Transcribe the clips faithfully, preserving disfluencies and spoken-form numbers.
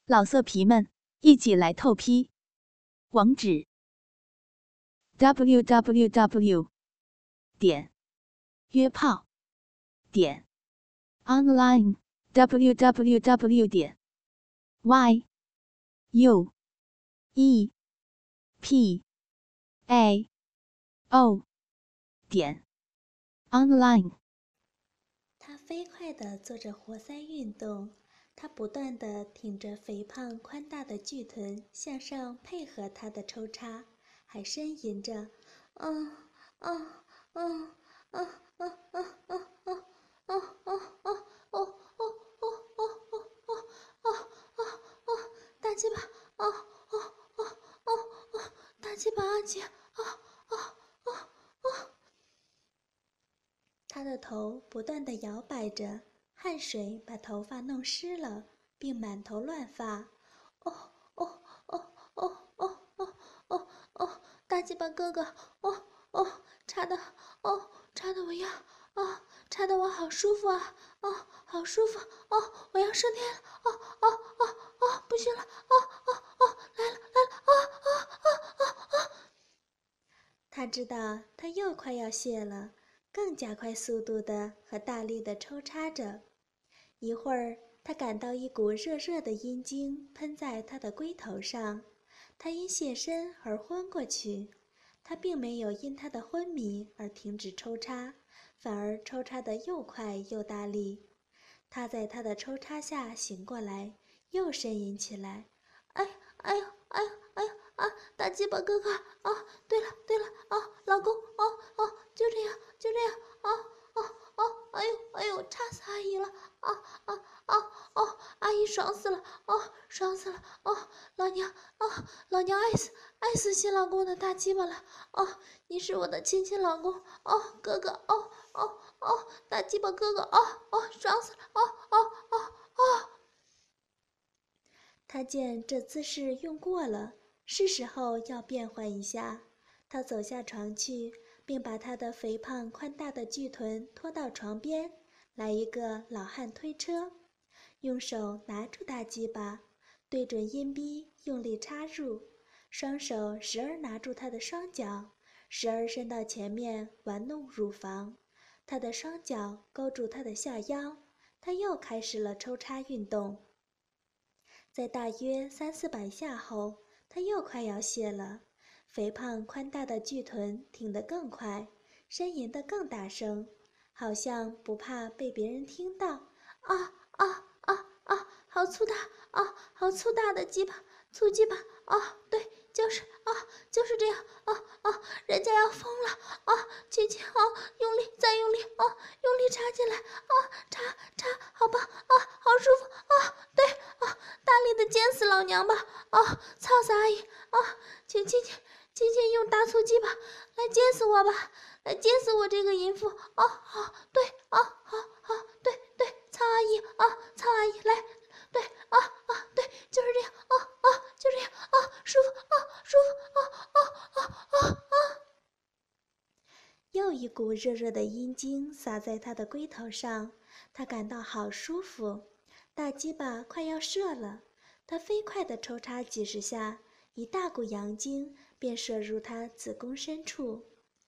老色皮们，一起来透批！网址 ：double u double u double u 点约炮点 online w w w 点 y u e p a o 点 online。 他飞快地做着活塞运动，他不断地挺着肥胖宽大的巨臀向上配合他的抽插，还呻吟着：“嗯嗯嗯嗯嗯嗯嗯嗯嗯嗯嗯哦哦哦哦哦哦哦哦，大鸡巴！哦哦哦哦哦，大鸡巴阿姐！啊啊啊啊！”他的头不断地摇摆着，汗水把头发弄湿了，并满头乱发。哦哦哦哦哦哦哦哦！大鸡巴哥哥！哦哦，插的，哦插的我要，啊插的我好舒服啊！哦好舒服！哦我要升天了！哦哦哦哦不行了！哦哦哦来了来了！啊啊啊啊啊！他知道他又快要泄了。更加快速度地和大力地抽插着，一会儿，他感到一股热热的阴茎喷在他的龟头上，他因泄身而昏过去。他并没有因他的昏迷而停止抽插，反而抽插得又快又大力。他在他的抽插下醒过来，又呻吟起来：“哎，哎呦，哎呦，哎呦啊！大鸡巴哥哥啊！对了，对了啊，老公，哦哦，就这样，就这样，啊啊啊！哎呦，哎呦，插死阿姨了！啊啊啊！哦，阿姨爽死了！哦，爽死了！哦，老娘，啊，老娘爱死爱死新老公的大鸡巴了！哦，你是我的亲亲老公！哦，哥哥！哦哦哦，大鸡巴哥哥！哦哦，爽死了！哦哦哦哦！他见这姿势用过了，是时候要变换一下。他走下床去，并把他的肥胖宽大的巨臀拖到床边，来一个老汉推车，用手拿住大鸡巴，对准阴逼用力插入，双手时而拿住他的双脚，时而伸到前面玩弄乳房。他的双脚勾住他的下腰，他又开始了抽插运动。在大约三四百下后，他又快要泄了。肥胖宽大的巨臀挺得更快，呻吟得更大声，好像不怕被别人听到。啊啊啊啊！好粗大啊！好粗大的鸡巴，粗鸡巴啊！对，就是啊，就是这样啊啊！人家要疯了啊！轻轻啊，用力再用力啊，用力插进来啊，插插，好棒啊，好舒服啊！对啊，大力的奸死老娘吧！啊，操死阿姨啊！请轻轻轻轻用大粗鸡巴来奸死我吧，来奸死我这个淫妇！啊好，对啊，好好，对对，操阿姨啊，操阿姨来，对啊啊，对，就是这样啊啊，就这样啊，舒服啊舒服啊啊啊啊啊！又一股热热的阴茎洒在他的龟头上，他感到好舒服，大鸡巴快要射了。他飞快地抽插几十下，一大股阳精便射入他子宫深处。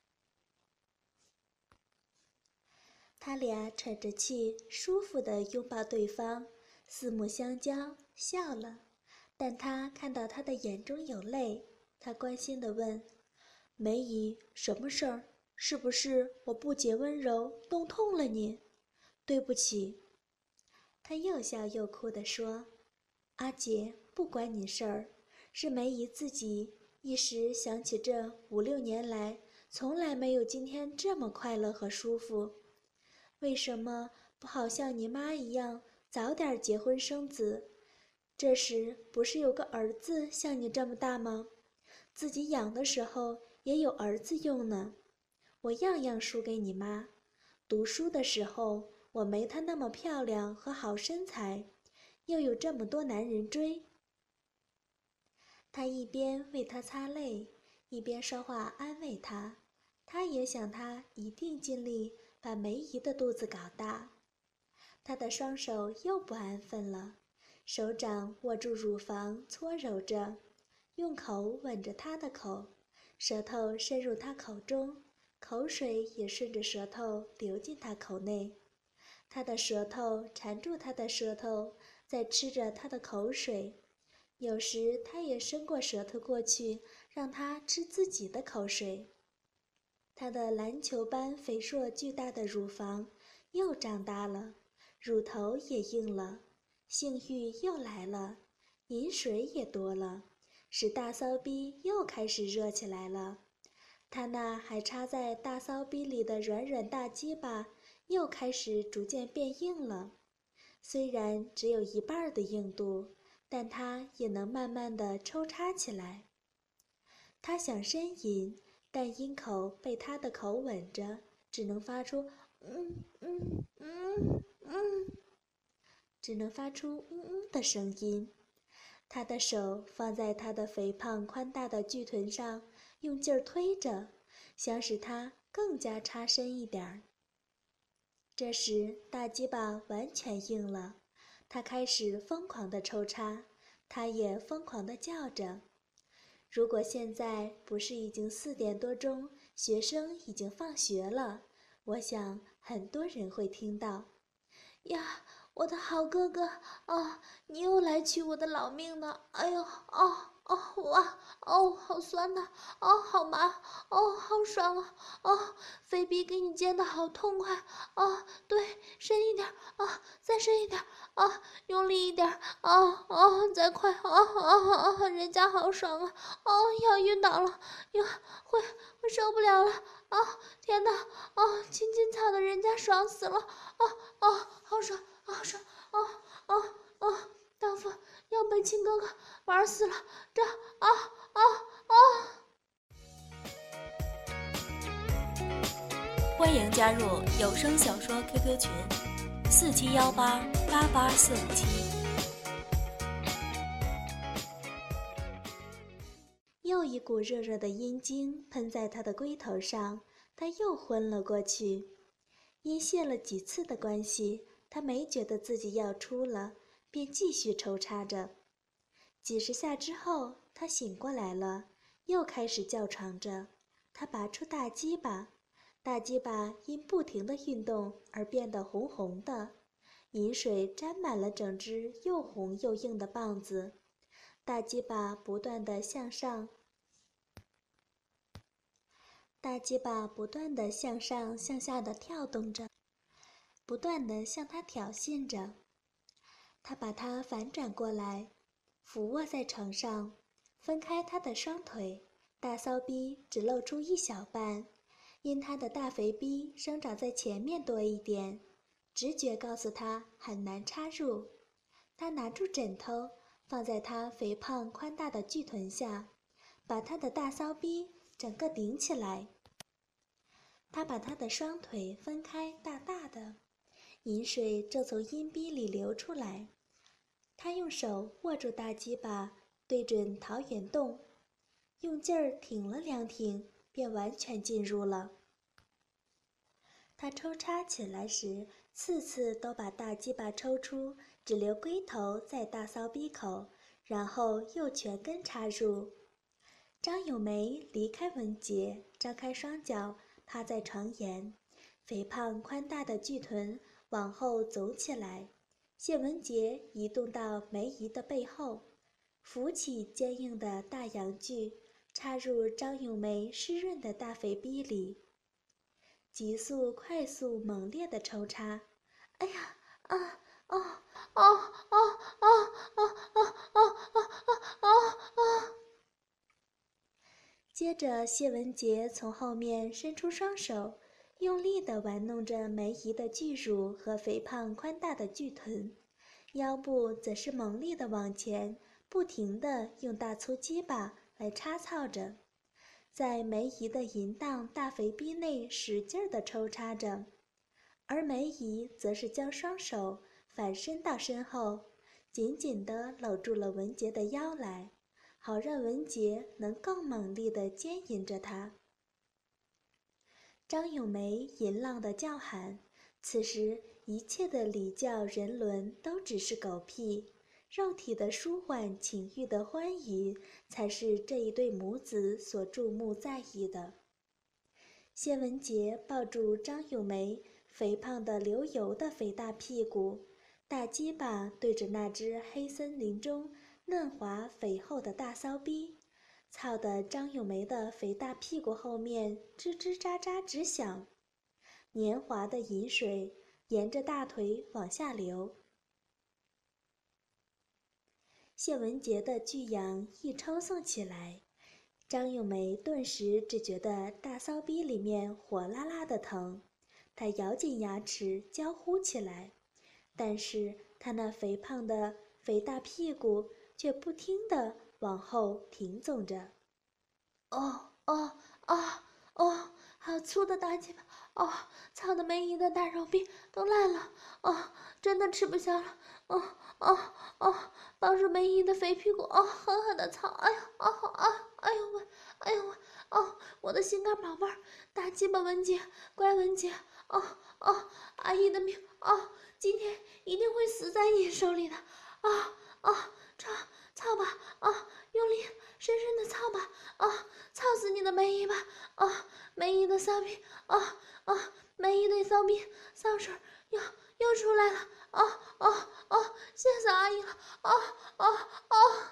他俩喘着气，舒服地拥抱对方，四目相交，笑了。但他看到他的眼中有泪，他关心地问：“梅姨，什么事儿？是不是我不解温柔，弄痛了你？对不起。”他又笑又哭地说：“阿姐，不关你事儿，是梅姨自己一时想起这五六年来从来没有今天这么快乐和舒服。为什么不好像你妈一样早点结婚生子？这时不是有个儿子像你这么大吗？自己养的时候也有儿子用呢。我样样输给你妈。读书的时候我没她那么漂亮和好身材，又有这么多男人追。”他一边为她擦泪，一边说话安慰她。他也想她一定尽力把梅姨的肚子搞大。他的双手又不安分了， 手掌握住乳房搓揉着，用口吻着她的口，舌头伸入她口中，口水也顺着舌头流进她口内。他的舌头缠住她的舌头，在吃着她的口水。有时他也伸过舌头过去，让她吃自己的口水。她的篮球般肥硕巨大的乳房又长大了，乳头也硬了，性欲又来了，饮水也多了，使大骚逼又开始热起来了。她那还插在大骚逼里的软软大鸡巴又开始逐渐变硬了，虽然只有一半的硬度，但它也能慢慢地抽插起来。他想呻吟，但阴口被他的口吻着，只能发出嗯嗯嗯嗯，只能发出嗯嗯的声音。他的手放在他的肥胖宽大的巨臀上，用劲儿推着，想使它更加插深一点儿。这时大鸡巴完全硬了，他开始疯狂地抽插，他也疯狂地叫着。如果现在不是已经四点多钟，学生已经放学了，我想很多人会听到。呀，我的好哥哥啊，你又来取我的老命呢！哎呦，哦哦哇，哦好酸呐，哦好麻，哦好爽啊，哦肥逼给你煎的好痛快啊！对，深一点啊，再深一点啊，用力一点啊啊，再快啊啊啊！人家好爽啊！哦，要晕倒了，哟，会会受不了了啊！天哪，啊，青青草的人家爽死了啊啊，好爽，好爽，啊啊啊！大夫要被亲哥哥玩死了，这啊啊啊！ 欢迎加入有声小说 Q Q 群：四七幺八八八四五七。 又一股热热的阴茎喷在他的龟头上，他又昏了过去。因泄了几次的关系，他没觉得自己要出了，便继续抽插着。几十下之后，他醒过来了，又开始叫床着。他拔出大鸡巴，大鸡巴因不停的运动而变得红红的，饮水沾满了整只又红又硬的棒子。大鸡巴不断地向上，大鸡巴不断地向上向下地跳动着，不断地向他挑衅着。他把他反转过来，俯卧在床上，分开他的双腿，大骚逼只露出一小半，因他的大肥逼生长在前面多一点，直觉告诉他很难插入。他拿住枕头，放在他肥胖宽大的巨臀下，把他的大骚逼整个顶起来。他把他的双腿分开大大的，饮水正从阴逼里流出来。他用手握住大鸡巴，对准桃源洞，用劲儿挺了两挺，便完全进入了。他抽插起来时，次次都把大鸡巴抽出，只留龟头在大骚逼口，然后又全根插入。张咏梅离开文杰，张开双脚趴在床沿，肥胖宽大的巨臀往后走起来。谢文杰移动到梅姨的背后，扶起坚硬的大阳具，插入张咏梅湿润的大肥逼里。急速、快速、猛烈的抽插，哎呀，啊，哦，哦，哦，哦，哦，哦，哦，哦，哦，哦！接着，谢文杰从后面伸出双手，用力地玩弄着梅姨的巨乳和肥胖宽大的巨臀，腰部则是猛力地往前，不停地用大粗鸡巴来插操着。在梅姨的淫荡大肥逼内使劲地抽插着，而梅姨则是将双手反伸到身后，紧紧地搂住了文杰的腰来，好让文杰能更猛力地奸淫着她。张咏梅淫浪地叫喊，此时一切的礼教人伦都只是狗屁， 肉体的舒缓，情欲的欢愉，才是这一对母子所注目在意的。谢文洁抱住张咏梅肥胖的流油的肥大屁股，大鸡巴对着那只黑森林中嫩滑肥厚的大骚逼，操得张咏梅的肥大屁股后面吱吱喳喳直响，黏滑的饮水沿着大腿往下流。谢文洁的巨阳一抽送起来，张咏梅顿时只觉得大骚逼里面火辣辣的疼，她咬紧牙齿娇呼起来，但是她那肥胖的肥大屁股却不停地往后挺总着。哦哦哦哦，好粗的大鸡巴！哦，操的梅姨的大肉逼都烂了！哦，真的吃不消了！哦哦哦，抱住梅姨的肥屁股，哦，狠狠的操！哎呀，哦啊，哎呦喂，哎呦喂，哦，我的心肝宝贝儿，大鸡巴文杰，乖文杰，哦哦，阿姨的命，哦，今天一定会死在你手里的！啊啊，操操吧！啊，用力深深的操吧！啊，操死你的梅姨吧！啊，梅姨的骚逼！啊啊，梅姨的骚逼，骚水又又出来了！啊啊啊！谢死阿姨了！啊啊啊！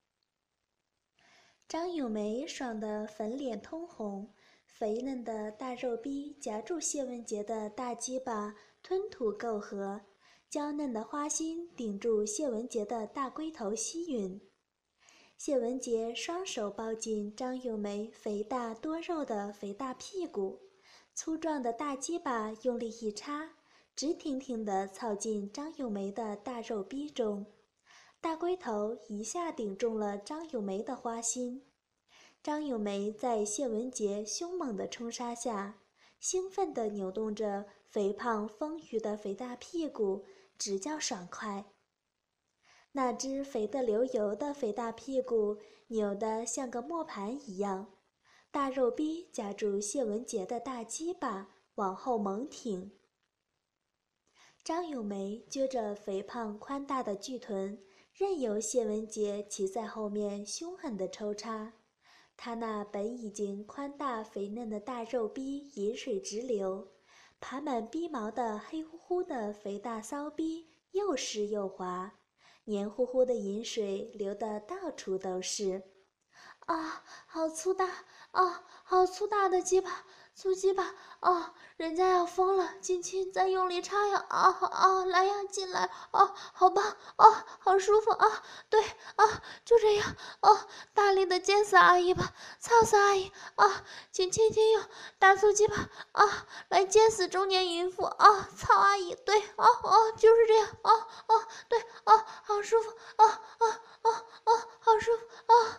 张咏梅爽得粉脸通红，肥嫩的大肉逼夹住谢文洁的大鸡巴，吞吐媾和；娇嫩的花心顶住谢文洁的大龟头吸吮。谢文洁双手抱紧张咏梅肥大多肉的肥大屁股，粗壮的大鸡巴用力一插，直挺挺地操进张咏梅的大肉逼中。大龟头一下顶中了张咏梅的花心，张咏梅在谢文洁凶猛的冲杀下，兴奋地扭动着肥胖丰腴的肥大屁股，直叫爽快。那只肥得流油的肥大屁股扭得像个磨盘一样，大肉逼夹住谢文洁的大鸡巴往后猛挺。张咏梅撅着肥胖宽大的巨臀，任由谢文洁骑在后面凶狠地抽插。她那本已经宽大肥嫩的大肉逼饮水直流，爬满逼毛的黑乎乎的肥大骚逼又湿又滑，黏糊糊的饮水流得到处都是。啊，好粗大！啊，好粗大的鸡巴，粗鸡巴！啊，人家要疯了！亲亲，再用力插呀！啊啊，来呀，进来！啊，好棒！啊，好舒服！啊，对，啊，就这样！啊，大力的奸死阿姨吧，操死阿姨！啊，请亲亲用大粗鸡巴啊来奸死中年淫妇！啊，操阿姨！对，啊啊，就是这样！啊啊，对，啊，好舒服！啊啊啊啊，好舒服！啊。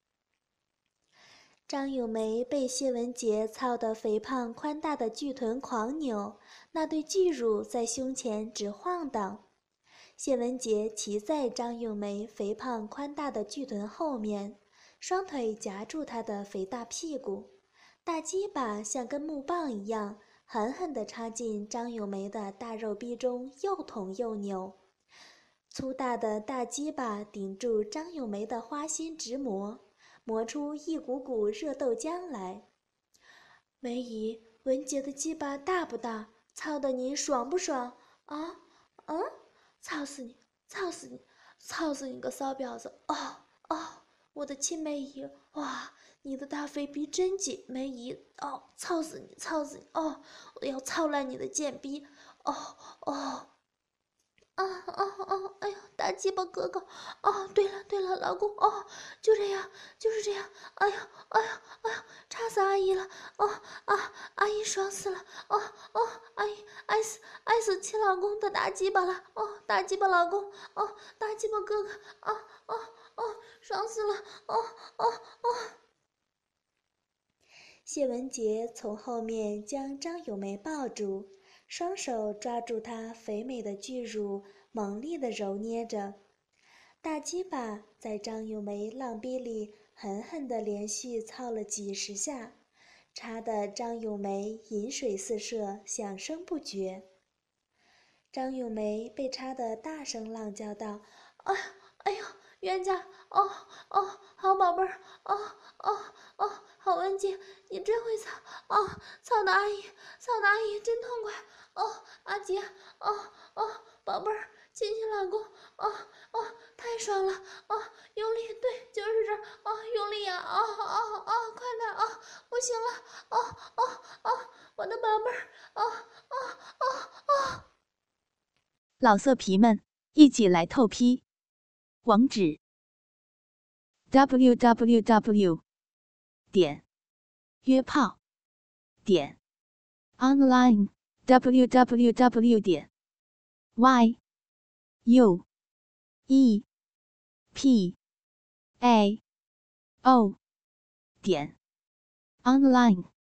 张咏梅被谢文洁操得肥胖宽大的巨臀狂扭，那对巨乳在胸前直晃荡。谢文洁骑在张咏梅肥胖宽大的巨臀后面，双腿夹住她的肥大屁股，大鸡巴像根木棒一样狠狠地插进张咏梅的大肉逼中，又捅又扭。粗大的大鸡巴顶住张咏梅的花心直磨，磨出一股股热豆浆来。梅姨，文洁的鸡巴大不大？操得你爽不爽？啊啊！操死你！操死你！操死你个骚婊子！哦哦，我的亲梅姨，哇，你的大肥逼真紧，梅姨！哦，操死你！操死你！哦，我要操烂你的贱逼！哦哦。啊啊啊！哎呦，大鸡巴哥哥！哦，对了对了，老公！哦，就这样，就是这样！哎呦哎呦哎呦，插死阿姨了！哦啊，阿姨爽死了！哦哦，阿姨爱死爱死亲老公的大鸡巴了！哦，大鸡巴老公！哦，大鸡巴哥哥！哦哦哦，爽死了！哦哦哦！谢文洁从后面将张咏梅抱住，双手抓住她肥美的巨乳，猛力地揉捏着。大鸡巴在张咏梅浪逼里狠狠地连续操了几十下，插得张咏梅饮水四射，响声不绝。张咏梅被插得大声浪叫道：“哎呀哎呦，冤家，哦哦，好宝贝儿，哦哦哦，好文静，你真会操，哦，操的阿姨，操的阿姨真痛快，哦，阿杰，哦哦，宝贝儿，亲亲老公，哦哦，太爽了，哦，用力，对，就是这儿，哦，用力呀，哦哦哦，快点，哦，不行了，哦哦哦，我的宝贝儿，哦哦哦哦。 老色皮们，一起来透批！网址 ：w w w 点约炮点 online w w w 点 y u e p a o 点 online。